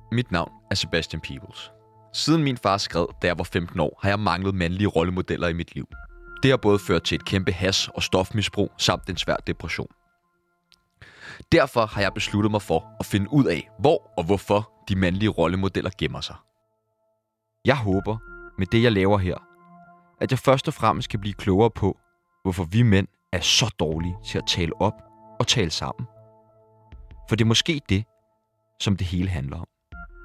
Mit navn er Sebastian Peebles. Siden min far skred, da jeg var 15 år, har jeg manglet mandlige rollemodeller i mit liv. Det har både ført til et kæmpe has- og stofmisbrug samt en svær depression. Derfor har jeg besluttet mig for at finde ud af, hvor og hvorfor de mandlige rollemodeller gemmer sig. Jeg håber, med det jeg laver her, at jeg først og fremmest kan blive klogere på, hvorfor vi mænd er så dårlige til at tale op og tale sammen. For det er måske det, som det hele handler om.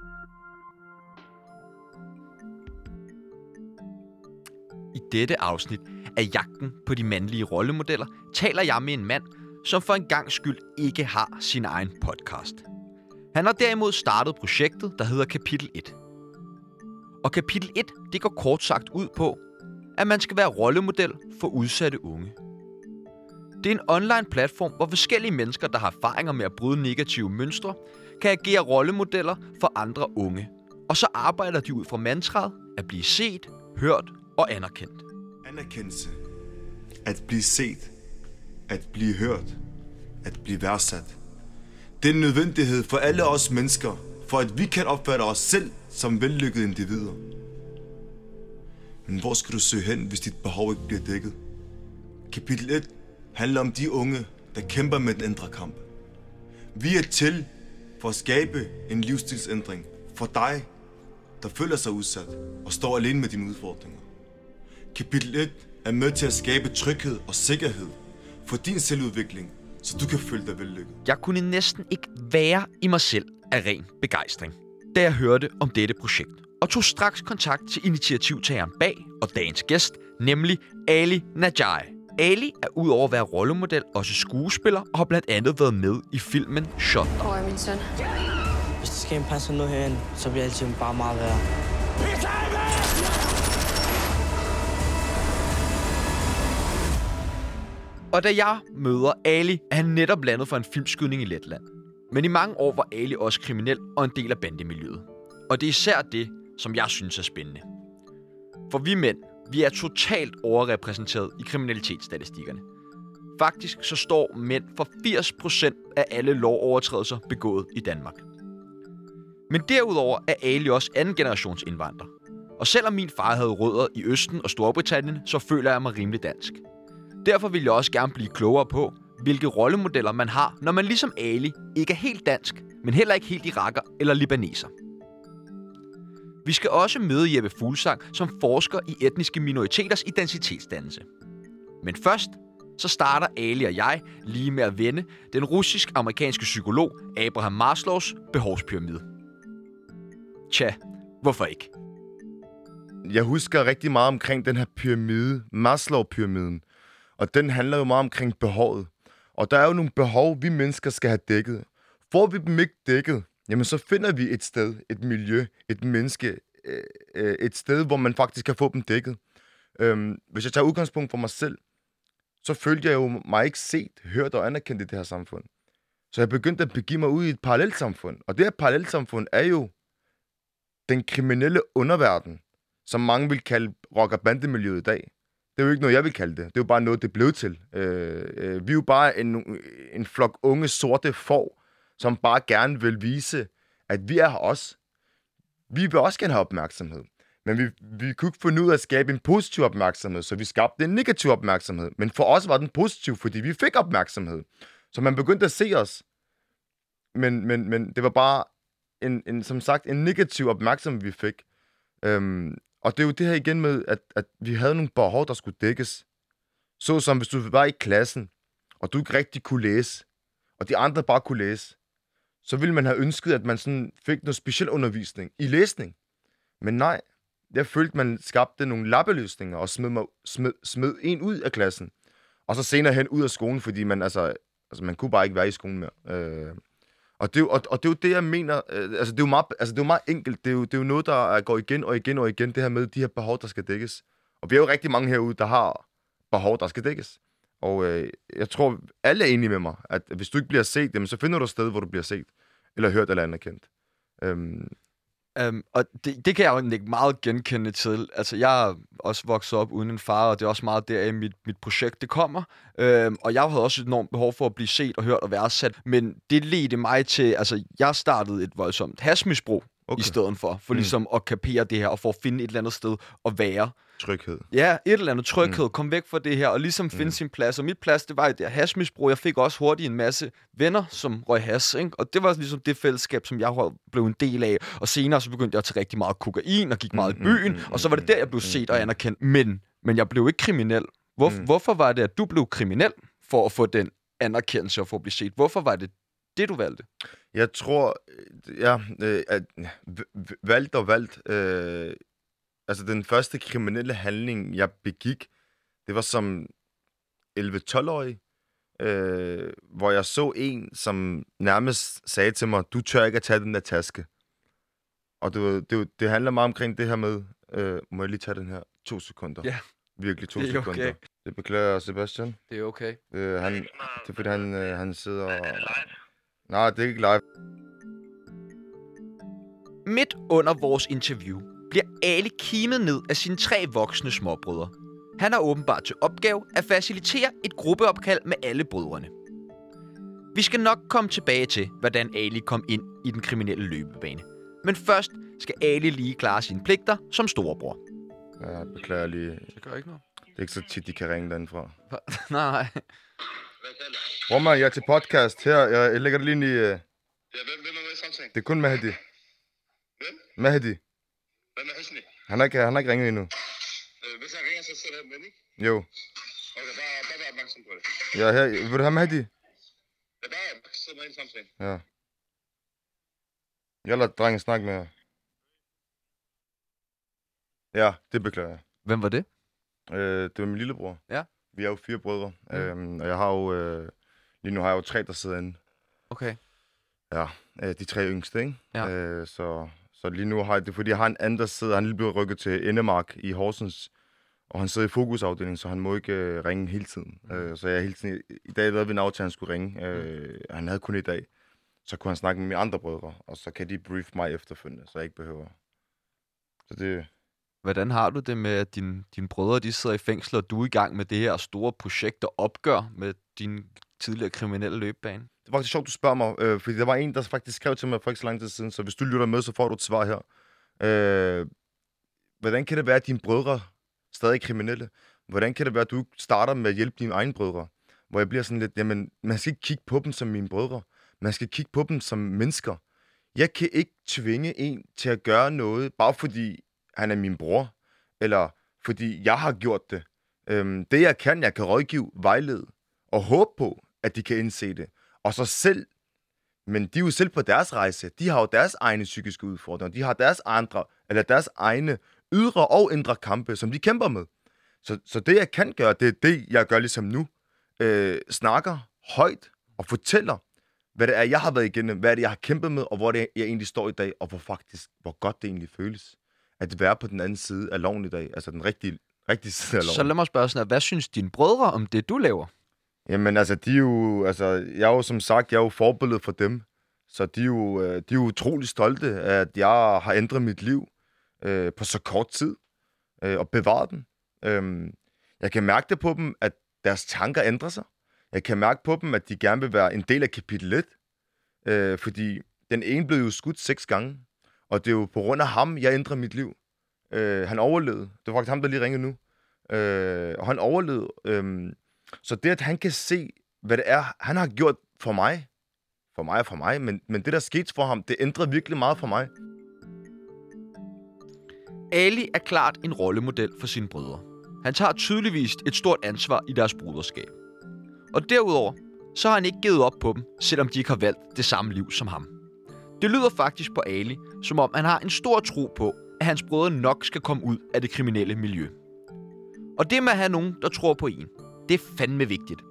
I dette afsnit af Jagten på de mandlige rollemodeller taler jeg med en mand, som for en gangs skyld ikke har sin egen podcast. Han har derimod startet projektet, der hedder Kapitel 1. Og Kapitel 1, det går kort sagt ud på, at man skal være rollemodel for udsatte unge. Det er en online platform, hvor forskellige mennesker, der har erfaringer med at bryde negative mønstre, kan agere rollemodeller for andre unge. Og så arbejder de ud fra mantraet at blive set, hørt og anerkendt. Anerkendelse. At blive set. At blive hørt. At blive værdsat. Det er en nødvendighed for alle os mennesker, for at vi kan opfatte os selv som vellykkede individer. Men hvor skal du søge hen, hvis dit behov ikke bliver dækket? Kapitel 1 handler om de unge, der kæmper med den indre kamp. Vi er til for at skabe en livsstilsændring for dig, der føler sig udsat og står alene med dine udfordringer. Kapitel 1 er med til at skabe tryghed og sikkerhed for din selvudvikling, så du kan føle dig vellykket. Jeg kunne næsten ikke være i mig selv af ren begejstring, da jeg hørte om dette projekt, og tog straks kontakt til initiativtageren bag og dagens gæst, nemlig Ali Najai. Ali er udover at være rollemodel også skuespiller og har blandt andet været med i filmen Shut Up. Hvor er min søn? Hvis der skal en passe noget herinde, så bliver alting bare meget værre. Og da jeg møder Ali, er han netop landet fra en filmskydning i Letland. Men i mange år var Ali også kriminel og en del af bandemiljøet. Og det er især det, som jeg synes er spændende. For vi mænd, vi er totalt overrepræsenteret i kriminalitetsstatistikkerne. Faktisk så står mænd for 80% af alle lovovertrædelser begået i Danmark. Men derudover er Ali også anden generations indvandrer. Og selvom min far havde rødder i Østen og Storbritannien, så føler jeg mig rimelig dansk. Derfor vil jeg også gerne blive klogere på, hvilke rollemodeller man har, når man ligesom Ali ikke er helt dansk, men heller ikke helt iraker eller libaneser. Vi skal også møde Jeppe Fuglsang, som forsker i etniske minoriteters identitetsdannelse. Men først, så starter Ali og jeg lige med at vende den russisk-amerikanske psykolog Abraham Maslows behovspyramide. Tja, hvorfor ikke? Jeg husker rigtig meget omkring den her pyramide, Maslow-pyramiden. Og den handler jo meget omkring behovet. Og der er jo nogle behov, vi mennesker skal have dækket. Får vi dem ikke dækket, jamen så finder vi et sted, et miljø, et menneske, et sted, hvor man faktisk kan få dem dækket. Hvis jeg tager udgangspunkt for mig selv, så følte jeg jo mig ikke set, hørt og anerkendt i det her samfund. Så jeg begyndte at begive mig ud i et parallelsamfund. Og det her parallelsamfund er jo den kriminelle underverden, som mange vil kalde rock- og bandemiljøet i dag. Det er jo ikke noget, jeg vil kalde det. Det er jo bare noget, det blev til. Vi er jo bare en flok unge sorte får, som bare gerne vil vise, at vi er her også. Vi vil også gerne have opmærksomhed. Men vi kunne ikke finde ud af at skabe en positiv opmærksomhed, så vi skabte en negativ opmærksomhed. Men for os var den positiv, fordi vi fik opmærksomhed. Så man begyndte at se os. Men det var bare som sagt en negativ opmærksomhed, vi fik. Og det er jo det her igen med, at vi havde nogle behov, der skulle dækkes. Så som hvis du var i klassen, og du ikke rigtig kunne læse, og de andre bare kunne læse, så ville man have ønsket, at man sådan fik noget speciel undervisning i læsning. Men nej, jeg følte, man skabte nogle lappeløsninger og smed en ud af klassen. Og så senere hen ud af skolen, fordi man kunne bare ikke være i skolen mere. Og det er jo det, jeg mener. Det er jo meget enkelt. Det er jo noget, der går igen og igen og igen, det her med de her behov, der skal dækkes. Og vi er jo rigtig mange herude, der har behov, der skal dækkes. Og jeg tror, alle er enige med mig, at hvis du ikke bliver set, jamen, så finder du et sted, hvor du bliver set, eller hørt eller anerkendt. Og det kan jeg jo ikke meget genkende til. Altså, jeg er også vokset op uden en far, og det er også meget der i mit projekt, det kommer. Og jeg havde også et enormt behov for at blive set og hørt og værdsat. Men det ledte mig til, altså, jeg startede et voldsomt hashmisbrug i stedet for ligesom at kapere det her, og for at finde et eller andet sted at være. Tryghed. Ja, et eller andet tryghed. Kom væk fra det her, og ligesom finde sin plads. Og mit plads, det var i det her hashmisbrug. Jeg fik også hurtigt en masse venner, som røg hash, ikke? Og det var ligesom det fællesskab, som jeg blev en del af. Og senere så begyndte jeg at tage rigtig meget kokain, og gik meget i byen. Og så var det der, jeg blev set og anerkendt. Men jeg blev ikke kriminel. Hvorfor var det, at du blev kriminel for at få den anerkendelse og for at blive set? Hvorfor var det det, du valgte? Jeg tror, at valgt. Altså, den første kriminelle handling, jeg begik, det var som 11-12-årig, hvor jeg så en, som nærmest sagde til mig, du tør ikke at tage den der taske. Og det handler meget omkring det her med, må jeg lige tage den her 2 sekunder? Ja. Virkelig 2 Det er sekunder. okay. Det beklager Sebastian. Det er okay. Det er fordi, han sidder og... Nej, det er ikke live. Midt under vores interview bliver Ali kimet ned af sine 3 voksne småbrødre. Han har åbenbart til opgave at facilitere et gruppeopkald med alle brødrene. Vi skal nok komme tilbage til, hvordan Ali kom ind i den kriminelle løbebane. Men først skal Ali lige klare sine pligter som storebror. Ja, beklager lige. Det gør ikke noget. Det er ikke så tit, de kan ringe derindefra. Nej. Bror, jeg er til podcast her. Jeg lægger det lige ind i... Ja, hvem er med i samtalen? Det er kun Mahdi. Hvem? Mahdi. Hvem er Husni? Han har ikke ringet endnu. Hvis jeg ringer, så sætter jeg dem ind, ikke? Jo. Okay, bare vær opmærksom på det. Jeg er her. Vil du have Mahdi? Jeg bare sætter mig ind i samtalen. Ja. Jeg lader drengen snakke med jer. Ja, det beklager jeg. Hvem var det? Det var min lillebror. Ja. Vi er jo 4 brødre. Og jeg har jo... lige nu har jeg jo 3, der sidder inde. Okay. Ja, de 3 yngste, ikke? Ja. Så lige nu har jeg det, fordi jeg har en anden, der sidder... Han er lige blevet rykket til Endemark i Horsens. Og han sidder i fokusafdelingen, så han må ikke ringe hele tiden. Så jeg hele tiden... I dag lavede vi en aftale, han skulle ringe. Han havde kun i dag. Så kunne han snakke med mine andre brødre. Og så kan de brief mig efterfølgende, så jeg ikke behøver... Så det... Hvordan har du det med, at dine brødre de sidder i fængsel, og du er i gang med det her store projekt og opgør med din tidligere kriminelle løbebane? Det var faktisk sjovt, du spørger mig, fordi der var en, der faktisk skrev til mig for ikke så lang tid siden, så hvis du lytter med, så får du et svar her. Hvordan kan det være, at dine brødre stadig er kriminelle? Hvordan kan det være, at du ikke starter med at hjælpe dine egne brødre? Hvor jeg bliver sådan lidt, jamen, man skal ikke kigge på dem som mine brødre. Man skal kigge på dem som mennesker. Jeg kan ikke tvinge en til at gøre noget, bare fordi han er min bror, eller fordi jeg har gjort det. Det jeg kan rådgive, vejlede, og håbe på, at de kan indse det. Og så selv, men de er jo selv på deres rejse. De har jo deres egne psykiske udfordringer. De har deres egne ydre og indre kampe, som de kæmper med. Så det jeg kan gøre, det er det, jeg gør ligesom nu. Snakker højt og fortæller, hvad det er, jeg har været igennem, hvad det jeg har kæmpet med, og hvor det er, jeg egentlig står i dag, og hvor godt det egentlig føles at være på den anden side af loven i dag. Altså den rigtige side af loven. Så lad mig spørge sådan her, hvad synes dine brødre om det, du laver? Jamen altså, jeg er jo som sagt, forbillede for dem. Så de er jo utrolig stolte af, at jeg har ændret mit liv på så kort tid og bevaret den. Jeg kan mærke det på dem, at deres tanker ændrer sig. Jeg kan mærke på dem, at de gerne vil være en del af kapitel 1. Fordi den ene blev jo skudt 6 gange. Og det er jo på grund af ham, jeg ændrer mit liv. Han overlevede. Det var faktisk ham, der lige ringede nu. Og han overlevede. Så det, at han kan se, hvad det er, han har gjort for mig, men det, der skete for ham, det ændrede virkelig meget for mig. Ali er klart en rollemodel for sine brødre. Han tager tydeligvis et stort ansvar i deres broderskab. Og derudover, så har han ikke givet op på dem, selvom de ikke har valgt det samme liv som ham. Det lyder faktisk på Ali, som om han har en stor tro på, at hans brødre nok skal komme ud af det kriminelle miljø. Og det med at have nogen, der tror på en, det er fandme vigtigt.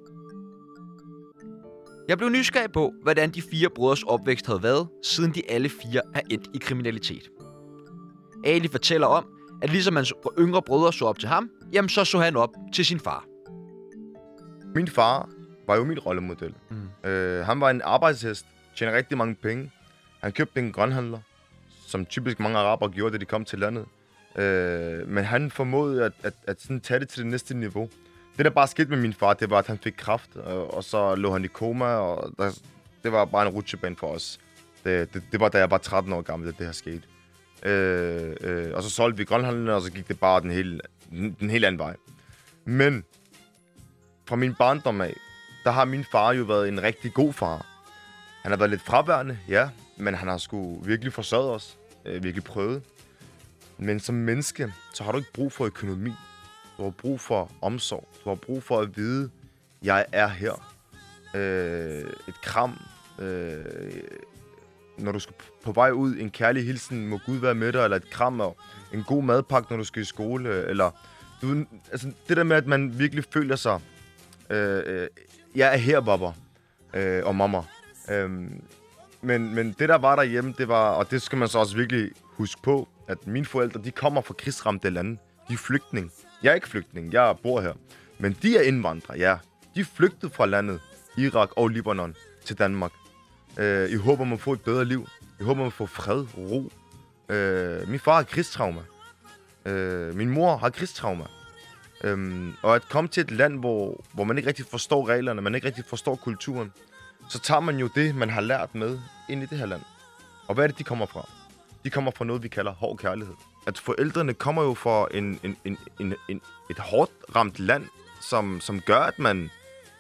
Jeg blev nysgerrig på, hvordan de 4 brødres opvækst havde været, siden de alle 4 er endt i kriminalitet. Ali fortæller om, at ligesom hans yngre brødre så op til ham, jamen så han op til sin far. Min far var jo min rollemodel. Han var en arbejdshest, tjener rigtig mange penge. Han købte en grønhandler, som typisk mange araber gjorde, da de kom til landet. Men han formåede at sådan tage det til det næste niveau. Det, der bare skete med min far, det var, at han fik kræft, og så lå han i koma, og det var bare en rutsjebane for os. Det var, da jeg var 13 år gammel, at det her skete. Og så solgte vi grønhandlerne, og så gik det bare den helt anden vej. Men fra min barndom af, der har min far jo været en rigtig god far. Han har været lidt fraværende, ja, men han har sgu virkelig forsørget os. Virkelig prøvet. Men som menneske, så har du ikke brug for økonomi. Du har brug for omsorg. Du har brug for at vide, jeg er her. Et kram. Når du skal på vej ud, en kærlig hilsen, må Gud være med dig, eller et kram, og en god madpakke, når du skal i skole, eller altså det der med, at man virkelig føler sig, jeg er her, Bobber, og mamma. Men det, der var derhjemme, det var, og det skal man så også virkelig huske på, at mine forældre, de kommer fra krigsramte lande. De er flygtning. Jeg er ikke flygtning, jeg bor her. Men de er indvandrere, ja. De flygtede fra landet, Irak og Libanon, til Danmark. I håber om at få et bedre liv. I håber om at få fred, ro. Min far har krigstrauma. Min mor har krigstrauma. Og at komme til et land, hvor man ikke rigtig forstår reglerne, man ikke rigtig forstår kulturen, så tager man jo det, man har lært med ind i det her land. Og hvad er det, de kommer fra? De kommer fra noget, vi kalder hård kærlighed. At forældrene kommer jo fra et hårdt ramt land, som gør, at man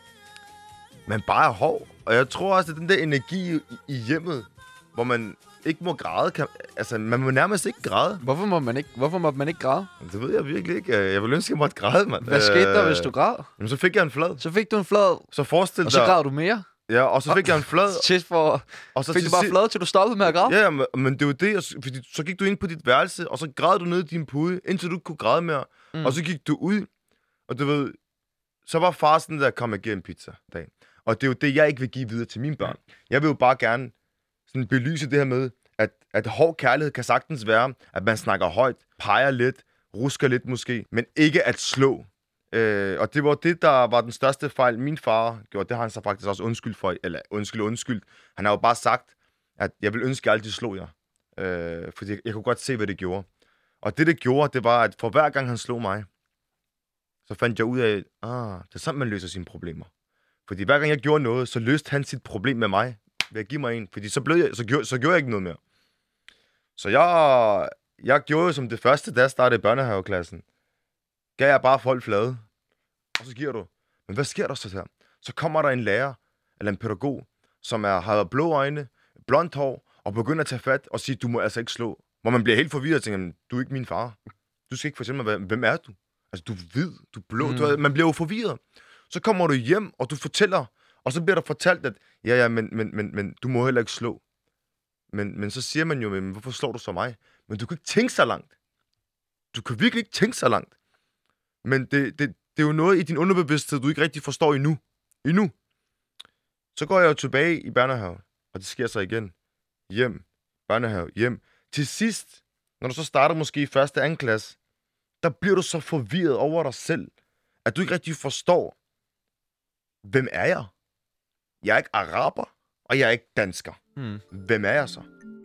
bare er hård. Og jeg tror også, at den der energi i hjemmet, hvor man ikke må græde, man må nærmest ikke græde. Hvorfor må man ikke græde? Det ved jeg virkelig ikke. Jeg ville ønske, at jeg måtte græde, mand. Hvad skete der, hvis du græd? Jamen, så fik jeg en flad. Så fik du en flad. Så forestil dig. Og så græd du mere? Ja, og så fik jeg en flad. Og så fik du bare flad, til du stoppede med at græde? Ja, men det var det. Fordi så gik du ind på dit værelse, og så græd du ned i din pude, indtil du ikke kunne græde mere. Og så gik du ud, og du ved, så var far sådan der, kom og giv en pizza dagen. Og det er jo det, jeg ikke vil give videre til mine børn. Jeg vil jo bare gerne sådan belyse det her med, at hård kærlighed kan sagtens være, at man snakker højt, peger lidt, rusker lidt måske, men ikke at slå. Og det var det, der var den største fejl, min far gjorde. Det har han så faktisk også undskyld for. Eller undskyld. Han har jo bare sagt, at jeg vil ønske, at jeg altid slog jer. Fordi jeg kunne godt se, hvad det gjorde. Og det gjorde, det var, at for hver gang han slog mig, så fandt jeg ud af, det er sådan, man løser sine problemer. Fordi hver gang jeg gjorde noget, så løste han sit problem med mig ved at give mig en. Fordi så gjorde jeg ikke noget mere. Så jeg gjorde jo som det første, da jeg startede i børnehaveklassen. Gav jeg bare folk flade. Og så giver du. Men hvad sker der så her? Så kommer der en lærer, eller en pædagog, som har blå øjne, blondt hår, og begynder at tage fat og sige, du må altså ikke slå. Hvor man bliver helt forvirret og tænker, du er ikke min far. Du skal ikke fortælle mig, hvem er du? Altså, du er hvid, du er blå. Man bliver jo forvirret. Så kommer du hjem, og du fortæller, og så bliver der fortalt, at men du må heller ikke slå. Men så siger man jo, men hvorfor slår du så mig? Men du kan ikke tænke så langt. Du kan virkelig ikke tænke så langt. Men det er jo noget i din underbevidsthed, du ikke rigtig forstår endnu. Så går jeg jo tilbage i børnehave, og det sker så igen. Hjem, børnehave, hjem. Til sidst, når du så starter måske i 1. og 2. klasse, der bliver du så forvirret over dig selv, at du ikke rigtig forstår, hvem er jeg? Jeg er ikke araber, og jeg er ikke dansker. Hvem er jeg så?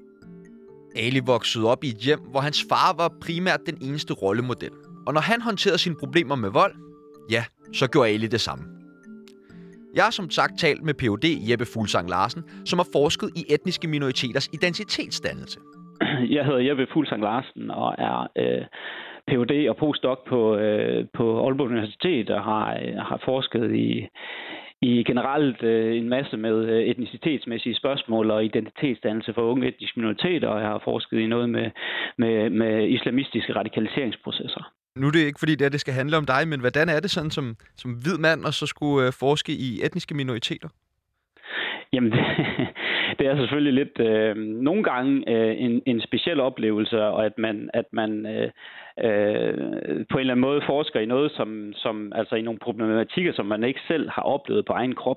Ali voksede op i et hjem, hvor hans far var primært den eneste rollemodel. Og når han håndterede sine problemer med vold, ja, så gjorde Ali det samme. Jeg har som sagt talt med Ph.D. Jeppe Fuglsang Larsen, som har forsket i etniske minoriteters identitetsdannelse. Jeg hedder Jeppe Fuglsang Larsen og er Ph.D. og postdoc på Aalborg Universitet og har forsket i generelt en masse med etnicitetsmæssige spørgsmål og identitetsdannelse for unge etniske minoriteter, og jeg har forsket i noget med islamistiske radikaliseringsprocesser. Nu er det ikke, fordi det skal handle om dig, men hvordan er det sådan som hvid mand og så skulle forske i etniske minoriteter? Jamen, det er selvfølgelig lidt nogle gange en speciel oplevelse, og at man på en eller anden måde forsker i noget, som altså i nogle problematikker, som man ikke selv har oplevet på egen krop.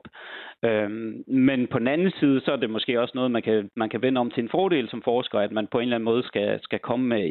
Men på den anden side, så er det måske også noget, man kan vende om til en fordel som forsker, at man på en eller anden måde skal komme med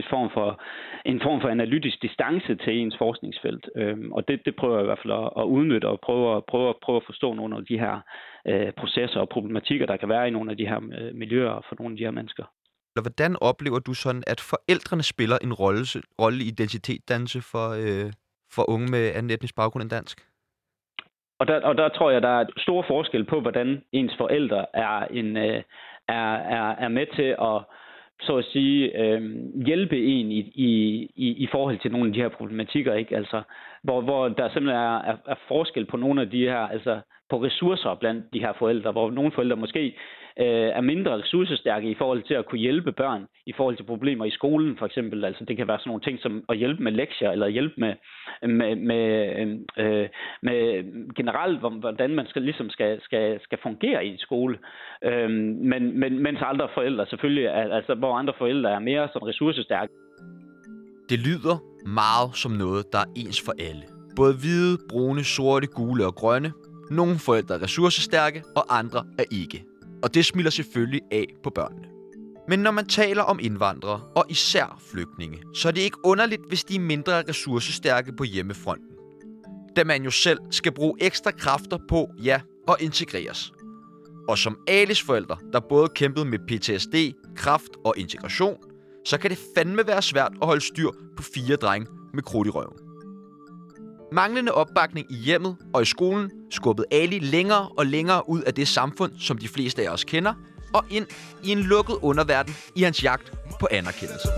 en form for analytisk distance til ens forskningsfelt. Og det prøver jeg i hvert fald at udnytte og prøve at forstå nogle af de her processer og problematikker, der kan være i nogle af de her miljøer for nogle af de her mennesker. Hvordan oplever du sådan, at forældrene spiller en rolle i identitetsdannelse for unge med anden etnisk baggrund end dansk? Og der tror jeg, der er stor forskel på, hvordan ens forældre er med til at så at sige, hjælpe en i forhold til nogle af de her problematikker, ikke? Altså, hvor der simpelthen er forskel på nogle af de her, altså på ressourcer blandt de her forældre, hvor nogle forældre måske er mindre ressourcestærke i forhold til at kunne hjælpe børn i forhold til problemer i skolen, for eksempel. Altså, det kan være sådan nogle ting som at hjælpe med lektier, eller hjælpe med generelt, hvordan man skal fungere i en skole. Mens andre forældre selvfølgelig, altså hvor andre forældre er mere som ressourcestærke. Det lyder meget som noget, der er ens for alle. Både hvide, brune, sorte, gule og grønne. Nogle forældre er ressourcestærke, og andre er ikke. Og det smiler selvfølgelig af på børnene. Men når man taler om indvandrere, og især flygtninge, så er det ikke underligt, hvis de er mindre ressourcestærke på hjemmefronten. Da man jo selv skal bruge ekstra kræfter på, at integreres. Og som Alis forældre, der både kæmpede med PTSD, kræft og integration, så kan det fandme være svært at holde styr på 4 drenge med krudt i røven. Manglende opbakning i hjemmet og i skolen skubbede Ali længere og længere ud af det samfund, som de fleste af os kender, og ind i en lukket underverden i hans jagt på anerkendelse.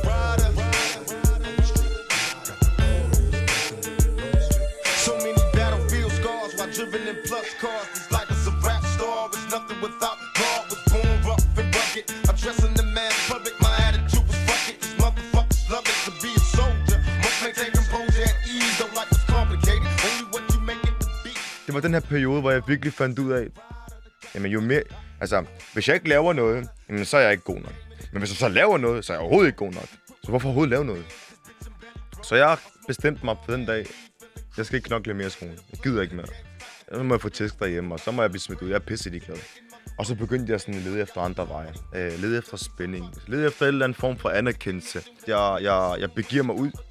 Det var den her periode, hvor jeg virkelig fandt ud af, jamen jo mere, altså hvis jeg ikke laver noget, jamen, så er jeg ikke god nok. Men hvis jeg så laver noget, så er jeg overhovedet ikke god nok. Så hvorfor overhovedet lave noget? Så jeg bestemte mig på den dag, jeg skal ikke knokle mere i skolen. Jeg gider ikke mere. Så må jeg få tæsk derhjemme, og så må jeg blive smidt ud. Jeg er pisse ligeglad. Og så begyndte jeg sådan at lede efter andre veje. Lede efter spænding. Lede efter en eller anden form for anerkendelse. Jeg begiver mig ud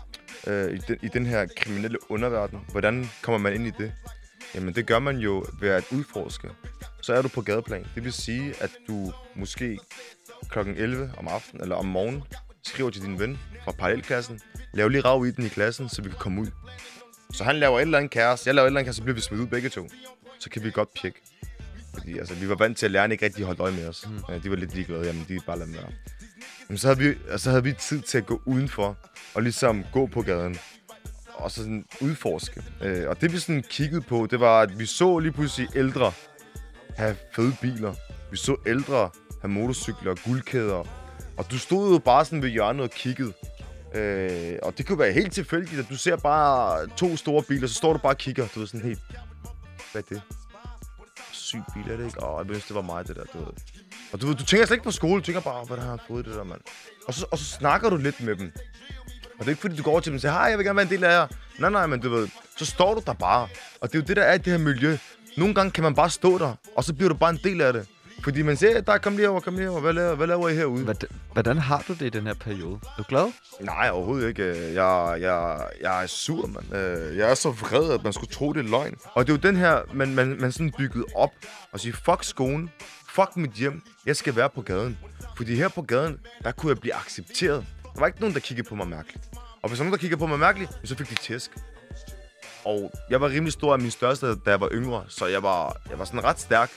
i den her kriminelle underverden. Hvordan kommer man ind i det? Jamen det gør man jo ved at udforske. Så er du på gadeplan. Det vil sige, at du måske klokken 11 om aftenen eller om morgenen skriver til din ven fra parallelklassen. Lav lige rav i den i klassen, så vi kan komme ud. Så han laver et eller andet kaos. Jeg laver et eller andet kaos, så bliver vi smidt ud begge to. Så kan vi godt pjekke. Fordi altså, vi var vant til at lærerne ikke rigtig holdt øje med os. De var lidt ligeglade. Jamen, de bare lader være. Men så havde vi tid til at gå udenfor og ligesom gå på gaden. Og så sådan udforske. Og det vi sådan kiggede på, det var, at vi så lige pludselig ældre have fede biler. Vi så ældre have motorcykler og guldkæder. Og du stod jo bare sådan ved hjørnet og kiggede. Og det kunne være helt tilfældigt, at du ser bare 2 store biler, så står du bare og kigger. Du ved sådan helt, hvad er det? Syg bil, er det ikke? Jeg vidste, det var mig, det der, du ved. Og du tænker slet ikke på skole, du tænker bare, hvad der har fået det der, mand. Og så snakker du lidt med dem. Og det er ikke fordi, du går over til dem og siger, hej, jeg vil gerne være en del af jer. Nej, men du ved, så står du der bare. Og det er jo det, der er i det her miljø. Nogle gange kan man bare stå der, og så bliver du bare en del af det. Fordi man siger, kom lige over, hvad laver I herude? Hvordan har du det i den her periode? Er du glad? Nej, overhovedet ikke. Jeg er sur, mand. Jeg er så vred, at man skulle tro, det er løgn. Og det er jo den her, man sådan byggede op og sige, fuck skolen, fuck mit hjem, jeg skal være på gaden. Fordi her på gaden, der kunne jeg blive accepteret. Der var ikke nogen, der kiggede på mig mærkeligt. Og hvis der var nogen, der kiggede på mig mærkeligt, så fik de tæsk. Og jeg var rimelig stor af min største, da jeg var yngre, så jeg var sådan ret stærk.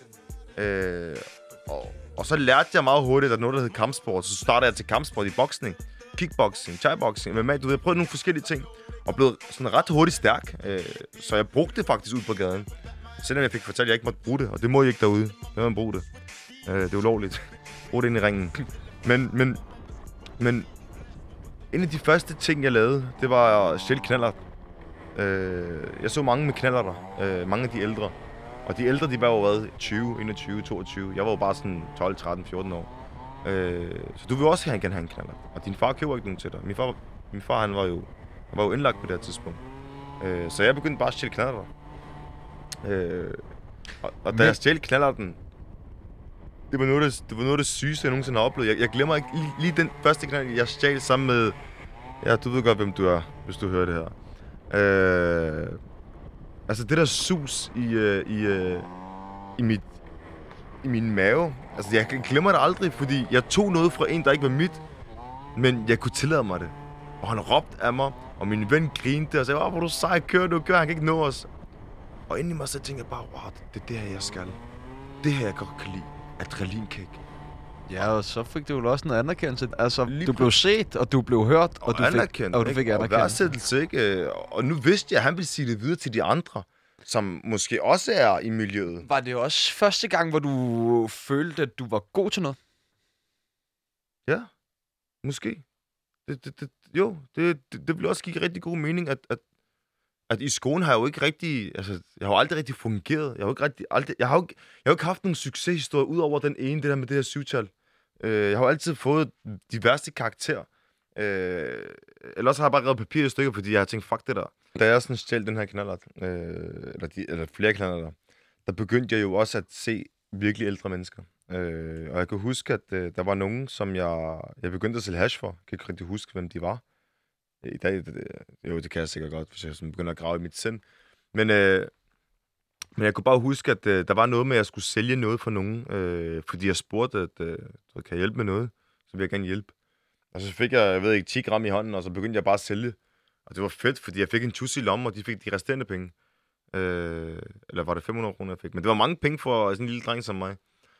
Og så lærte jeg meget hurtigt, at noget, der hed kampsport. Så startede jeg til kampsport i boksning, kickboxing, thai-boxing, MMA. Du ved, jeg prøvede nogle forskellige ting. Og blev sådan ret hurtigt stærk. Så jeg brugte det faktisk ud på gaden. Selvom jeg fik fortalt, at jeg ikke måtte bruge det. Og det må jeg ikke derude. Jeg må bruge det. Det er ulovligt. Brug det ind i ringen. Men en af de første ting, jeg lavede, det var at stjæle knallert. Jeg så mange med knallerter. Mange af de ældre. Og de ældre, de var jo 20, 21, 22. Jeg var jo bare sådan 12, 13, 14 år. Så du vil også gerne have en knallert. Og din far køber ikke nogen til dig. Min far han var jo indlagt på det her tidspunkt. Så jeg begyndte bare at stjæle knallerter. Og da jeg stjælte knallerten, det var noget af det sygeste, jeg nogensinde har oplevet. Jeg glemmer ikke lige den første knallert, jeg stjal sammen med... Ja, du ved godt, hvem du er, hvis du hører det her. Altså det der sus i min mave. Altså jeg glemmer det aldrig, fordi jeg tog noget fra en, der ikke var mit. Men jeg kunne tillade mig det. Og han råbte af mig, og min ven grinte og sagde, hvor du sej, kør, han kan ikke nå os. Og inde i mig så tænkte jeg bare, wow, det er det her, jeg skal. Det her, jeg godt kan lide. Adrenalinkick. Ja, og så fik du jo også noget anerkendelse. Altså, Lige du blev set, og du blev hørt, og du fik anerkendelse. Og værdsættelse, ikke? Og nu vidste jeg, at han ville sige det videre til de andre, som måske også er i miljøet. Var det også første gang, hvor du følte, at du var god til noget? Ja, måske. Det ville også give rigtig god mening, at i skolen har jeg jo ikke rigtig, altså, jeg har jo aldrig rigtig fungeret. Jeg har jo ikke haft nogen succeshistorie, ud over den ene, det der med det her 7-tal. Jeg har jo altid fået de værste karakterer. Ellers har jeg bare revet papir i stykker, fordi jeg har tænkt, fuck det der. Da jeg sådan stjælte den her knallert, eller flere knallerter, der begyndte jeg jo også at se virkelig ældre mennesker. Og jeg kan huske, at der var nogen, som jeg begyndte at sælge hash for. Jeg kan ikke rigtig huske, hvem de var. I dag, det kan jeg sikkert godt, hvis jeg sådan begynder at grave i mit sind. Men jeg kunne bare huske, at der var noget med, at jeg skulle sælge noget for nogen, fordi jeg spurgte, at kan jeg hjælpe med noget? Så vil jeg gerne hjælpe. Og så fik jeg ved ikke, 10 gram i hånden, og så begyndte jeg bare at sælge. Og det var fedt, fordi jeg fik en tusse i lommen, og de fik de resterende penge. Eller var det 500 kroner, jeg fik? Men det var mange penge for sådan en lille dreng som mig.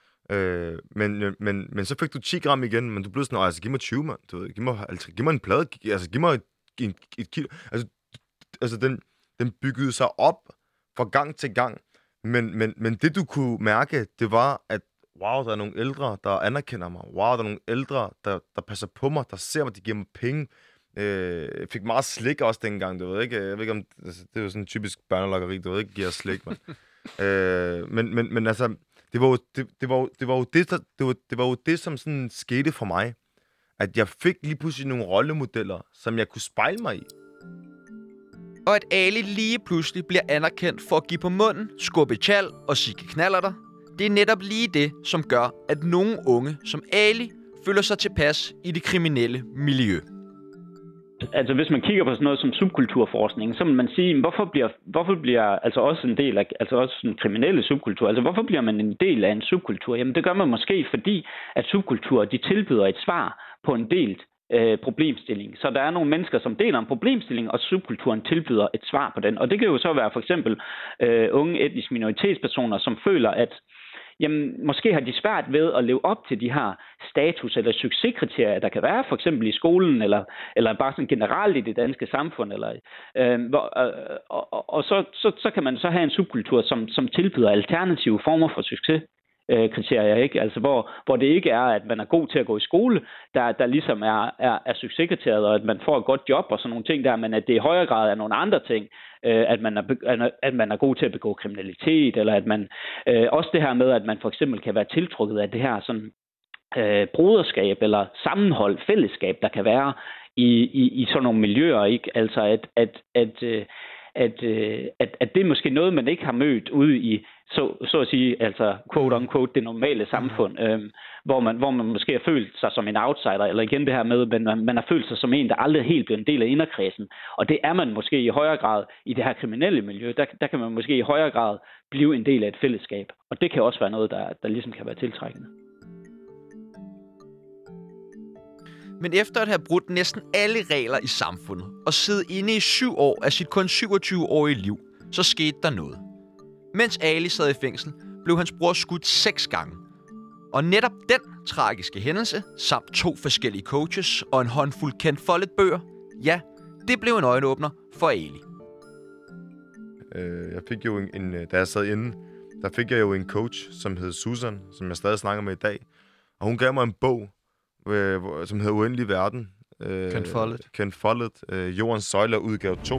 Men så fik du 10 gram igen, men du blev sådan, altså giv mig 20, mand. Du ved, giv mig en plade, altså giv mig et kilo. Altså den byggede sig op fra gang til gang. Men det du kunne mærke, det var, at wow, der er nogle ældre, der anerkender mig. Wow, der er nogle ældre, der passer på mig, der ser mig, de giver mig penge. Jeg fik meget slik også dengang, du ved ikke. Jeg ved ikke om, altså, det er jo sådan en typisk børnelokkeri, du ved ikke, giver slik, mand. Men altså, det var jo det, som sådan skete for mig. At jeg fik lige pludselig nogle rollemodeller, som jeg kunne spejle mig i. Og at Ali lige pludselig bliver anerkendt for at give på munden, skubbe tjal og sigge knallerter, det er netop lige det, som gør, at nogle unge som Ali føler sig tilpas i det kriminelle miljø. Altså hvis man kigger på sådan noget som subkulturforskning, så vil man sige, hvorfor bliver altså også en del af, altså også en kriminelle subkultur, altså hvorfor bliver man en del af en subkultur? Jamen det gør man måske fordi, at subkulturer, de tilbyder et svar på en delt problemstilling. Så der er nogle mennesker, som deler en problemstilling, og subkulturen tilbyder et svar på den. Og det kan jo så være for eksempel unge etniske minoritetspersoner, som føler, at jamen, måske har de svært ved at leve op til de her status- eller succeskriterier, der kan være, for eksempel i skolen, eller bare sådan generelt i det danske samfund. Og så kan man så have en subkultur, som tilbyder alternative former for succeskriterier, ikke? Altså hvor det ikke er, at man er god til at gå i skole, der ligesom er succeskriteriet, og at man får et godt job og sådan nogle ting der, men at det i højere grad er nogle andre ting, at man er god til at begå kriminalitet, eller at man også det her med, at man for eksempel kan være tiltrukket af det her sådan broderskab eller sammenhold, fællesskab, der kan være i sådan nogle miljøer, ikke? Altså at det er måske noget, man ikke har mødt ude i, så at sige, altså quote on quote, det normale samfund, hvor man måske har følt sig som en outsider, eller igen det her med, men man har følt sig som en, der aldrig helt blev en del af inderkredsen. Og det er man måske i højere grad i det her kriminelle miljø, der kan man måske i højere grad blive en del af et fællesskab. Og det kan også være noget, der ligesom kan være tiltrækkende. Men efter at have brudt næsten alle regler i samfundet og siddet inde i 7 år af sit kun 27-årige liv, så skete der noget. Mens Ali sad i fængsel, blev hans bror skudt 6 gange. Og netop den tragiske hændelse, samt 2 forskellige coaches og en håndfuld kendt foldet bøger, ja, det blev en øjenåbner for Ali. Jeg fik jo da jeg sad inde, der fik jeg jo en coach, som hed Susan, som jeg stadig snakker med i dag. Og hun gav mig en bog, som hedder Uendelig Verden. Ken Follett. Jordens Søjler, udgave 2.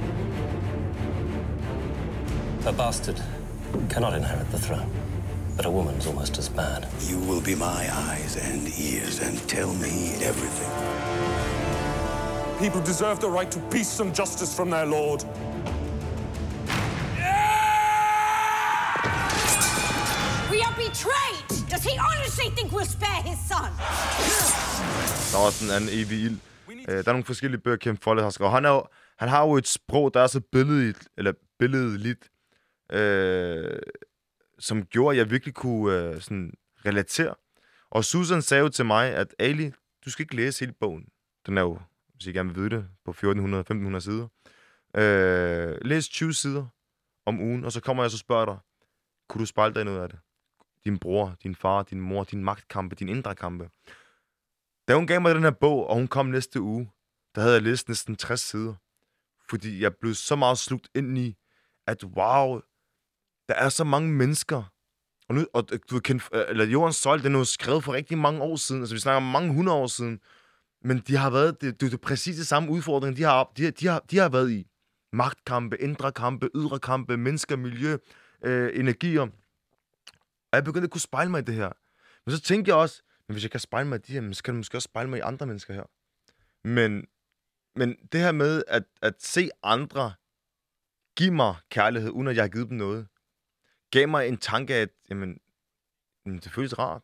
A bastard cannot inherit the throne, but a woman's almost as bad. You will be my eyes and ears and tell me everything. People deserve the right to peace and justice from their lord. We are betrayed! Does he honestly think we'll spare his son? Der er også en anden evig ild. Der er nogle forskellige bøger, Ken Follett har skrevet. Han har jo et sprog, der er så billedligt, som gjorde, at jeg virkelig kunne sådan relatere. Og Susan sagde jo til mig, at Ali, du skal ikke læse hele bogen. Den er jo, hvis I gerne vil vide det, på 1400-1500 sider. Læs 20 sider om ugen, og så kommer jeg og så spørger dig, kunne du spejle dig noget af det? din bror, din far, din mor, din magtkampe, din indre kampe. Da hun gav mig den her bog, og hun kom næste uge, der havde jeg læst næsten 60 sider. Fordi jeg blev så meget slugt ind i, at wow, der er så mange mennesker. Og du kan, eller Jordens Søjle, den er jo skrevet for rigtig mange år siden. Altså vi snakker om mange 100 år siden. Men de har været, det er præcis det samme udfordring, de har været i. Magtkampe, indre kampe, ydre kampe, mennesker, miljø, energier. Og jeg begyndte at kunne spejle mig i det her. Men så tænkte jeg også, men hvis jeg kan spejle mig i det her, så kan jeg måske også spejle mig i andre mennesker her. Men det her med at se andre give mig kærlighed, uden at jeg har givet dem noget, gav mig en tanke af, at jamen, det føles rart.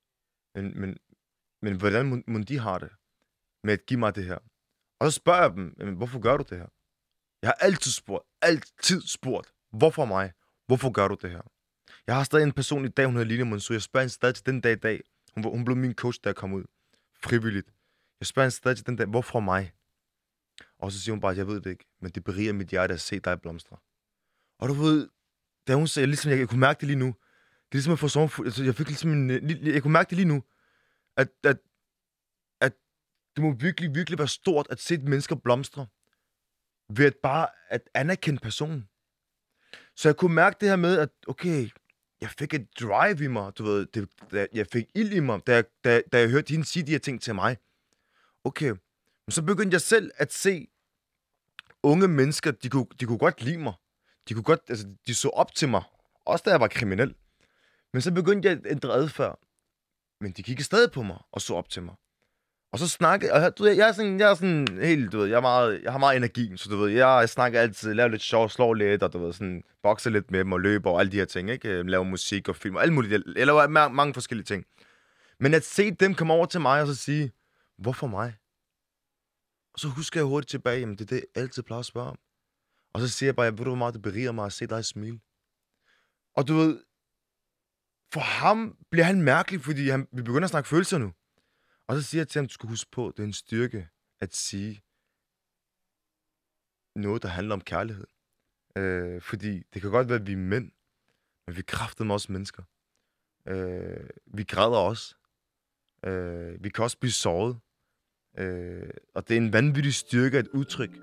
Men hvordan må de har det med at give mig det her? Og så spørger jeg dem, jamen, hvorfor gør du det her? Jeg har altid spurgt, hvorfor mig? Hvorfor gør du det her? Jeg har stadig en person i dag, hun hedder Line Monsu. Jeg spørger hende stadig til den dag i dag. Hun blev min coach, da jeg kom ud. Frivilligt. Jeg spørger hende stadig til den dag, hvorfor mig? Og så siger hun bare, jeg ved det ikke, men det beriger mit hjerte at se dig blomstre. Og du ved, da hun sagde, ligesom jeg kunne mærke det lige nu. Det er ligesom at få sommerfuld. Altså, jeg fik ligesom jeg kunne mærke det lige nu, at det må virkelig være stort at se et mennesker blomstre ved at bare at anerkende personen. Så jeg kunne mærke det her med, at okay, jeg fik et drive i mig, du ved, jeg fik ild i mig, da jeg hørte hende sige de her ting til mig. Okay, men så begyndte jeg selv at se unge mennesker, de kunne godt lide mig. De kunne godt, altså, de så op til mig, også da jeg var kriminel. Men så begyndte jeg at ændre adfærd. Men de kiggede stadig på mig og så op til mig. Og så snakkede, og du ved, jeg er sådan helt, du ved, jeg har meget energi, så du ved, jeg snakker altid, laver lidt sjov, slår lidt, og du ved, sådan, bokser lidt med dem og løber og alle de her ting, ikke? Laver musik og film og alt muligt, jeg laver mange forskellige ting. Men at se dem komme over til mig og så sige, hvorfor mig? Og så husker jeg hurtigt tilbage, jamen det er det, jeg altid plejer at spørge om. Og så siger jeg bare, ved du, hvor meget det beriger mig at se dig smile? Og du ved, for ham bliver han mærkelig, fordi vi begynder at snakke følelser nu. Og så siger jeg til ham, du skal huske på, det er en styrke at sige noget, der handler om kærlighed. Fordi det kan godt være, at vi er mænd, men vi kraftedeme også mennesker. Vi græder også. Vi kan også blive såret. Og det er en vanvittig styrke at udtrykke.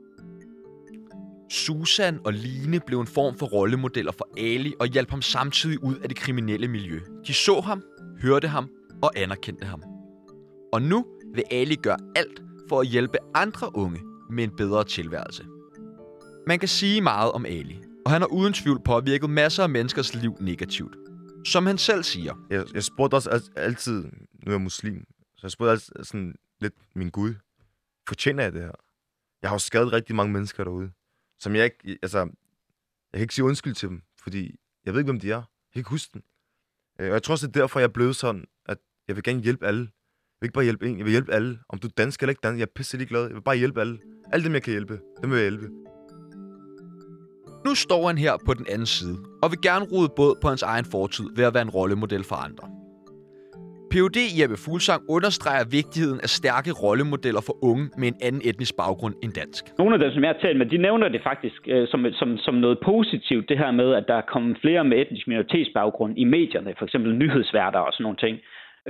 Susan og Line blev en form for rollemodeller for Ali og hjalp ham samtidig ud af det kriminelle miljø. De så ham, hørte ham og anerkendte ham. Og nu vil Ali gøre alt for at hjælpe andre unge med en bedre tilværelse. Man kan sige meget om Ali, og han har uden tvivl påvirket masser af menneskers liv negativt. Som han selv siger. Jeg spurgte også altid, nu er jeg muslim, så jeg spurgte altid sådan lidt, min Gud, fortjener jeg det her? Jeg har jo skadet rigtig mange mennesker derude, som jeg kan ikke sige undskyld til dem, fordi jeg ved ikke, hvem de er. Jeg kan ikke huske dem. Og jeg tror også, det er derfor, jeg er blevet sådan, at jeg vil gerne hjælpe alle. Jeg vil ikke bare hjælpe en, jeg vil hjælpe alle. Om du er dansk eller ikke dansk, jeg er pisse ligeglad. Jeg vil bare hjælpe alle. Alle dem, jeg kan hjælpe, dem vil jeg hjælpe. Nu står han her på den anden side, og vil gerne rode båd på hans egen fortid ved at være en rollemodel for andre. Ph.D. Jeppe Fuglsang understreger vigtigheden af stærke rollemodeller for unge med en anden etnisk baggrund end dansk. Nogle af dem, som jeg har talt med, de nævner det faktisk som noget positivt, det her med, at der er kommet flere med etnisk minoritetsbaggrund i medierne, for eksempel nyhedsværter og sådan nogle ting.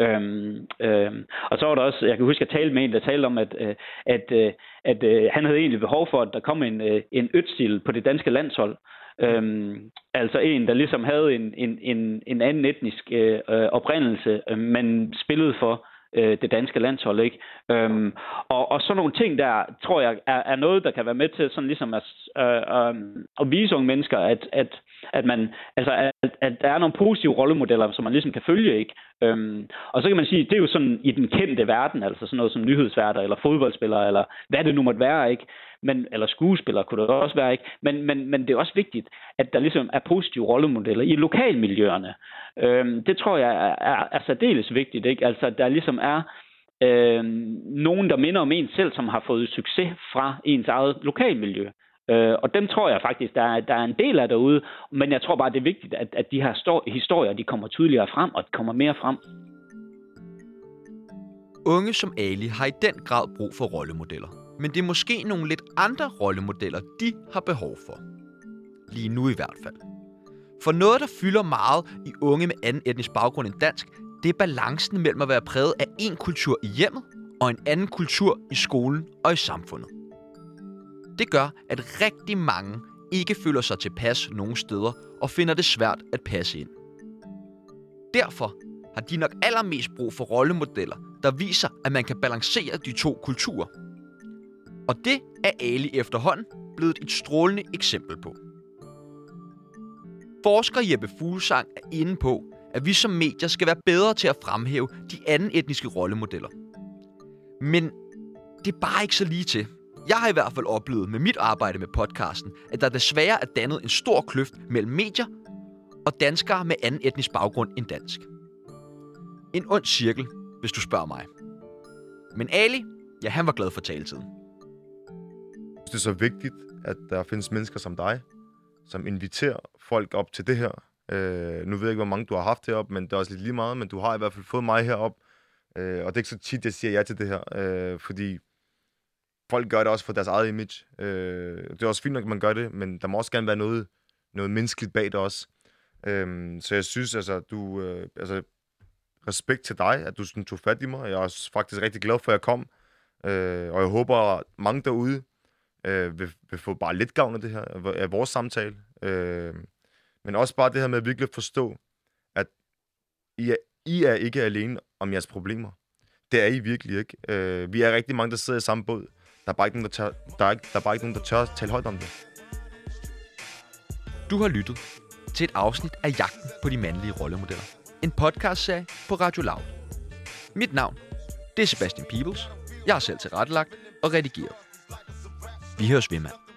Og så var der også, jeg kan huske, at jeg talte med en, der talte om, at han havde egentlig behov for, at der kom en Özil på det danske landshold. Altså en, der ligesom havde en anden etnisk oprindelse, men spillede for det danske landshold, ikke? Og sådan nogle ting der, tror jeg, er noget, der kan være med til sådan ligesom at vise unge mennesker, at man, altså at der er nogle positive rollemodeller, som man ligesom kan følge, ikke? Og så kan man sige, det er jo sådan i den kendte verden, altså sådan noget som nyhedsværter eller fodboldspillere eller hvad det nu måtte være, ikke? Eller skuespillere kunne det også være, ikke? Men det er også vigtigt, at der ligesom er positive rollemodeller i lokalmiljøerne. Det tror jeg er særdeles vigtigt, ikke? Altså, at der ligesom er nogen, der minder om en selv, som har fået succes fra ens eget lokalmiljø. Og dem tror jeg faktisk, der er en del af derude, men jeg tror bare, det er vigtigt, at de her historier, de kommer tydeligere frem, og de kommer mere frem. Unge som Ali har i den grad brug for rollemodeller. Men det er måske nogle lidt andre rollemodeller, de har behov for. Lige nu i hvert fald. For noget, der fylder meget i unge med anden etnisk baggrund end dansk, det er balancen mellem at være præget af en kultur i hjemmet og en anden kultur i skolen og i samfundet. Det gør, at rigtig mange ikke føler sig tilpas nogen steder og finder det svært at passe ind. Derfor har de nok allermest brug for rollemodeller, der viser, at man kan balancere de to kulturer. Og det er Ali efterhånden blevet et strålende eksempel på. Forsker Jeppe Fuglsang er inde på, at vi som medier skal være bedre til at fremhæve de anden etniske rollemodeller. Men det er bare ikke så lige til. Jeg har i hvert fald oplevet med mit arbejde med podcasten, at der desværre er dannet en stor kløft mellem medier og danskere med anden etnisk baggrund end dansk. En ond cirkel, hvis du spørger mig. Men Ali, ja, han var glad for taletiden. Det er så vigtigt, at der findes mennesker som dig, som inviterer folk op til det her. Nu ved jeg ikke, hvor mange du har haft heroppe, men det er også lidt lige meget, men du har i hvert fald fået mig herop. Og det er ikke så tit, jeg siger ja til det her, fordi folk gør det også for deres eget image. Det er også fint nok, at man gør det, men der må også gerne være noget menneskeligt bag det også. Så jeg synes, respekt til dig, at du sådan tog fat i mig. Jeg er også faktisk rigtig glad for, at jeg kom. Og jeg håber, at mange derude vil få bare lidt gavn af det her, af vores samtale. Men også bare det her med at virkelig forstå, at I er ikke alene om jeres problemer. Det er I virkelig ikke. Vi er rigtig mange, der sidder i samme båd. Der er bare ikke nogen, der tør tale højt om det. Du har lyttet til et afsnit af Jagten på de mandlige rollemodeller. En podcastserie på Radio Loud. Mit navn, det er Sebastian Peebles. Jeg har selv tilrettelagt og redigeret. Vi høres ved, mand.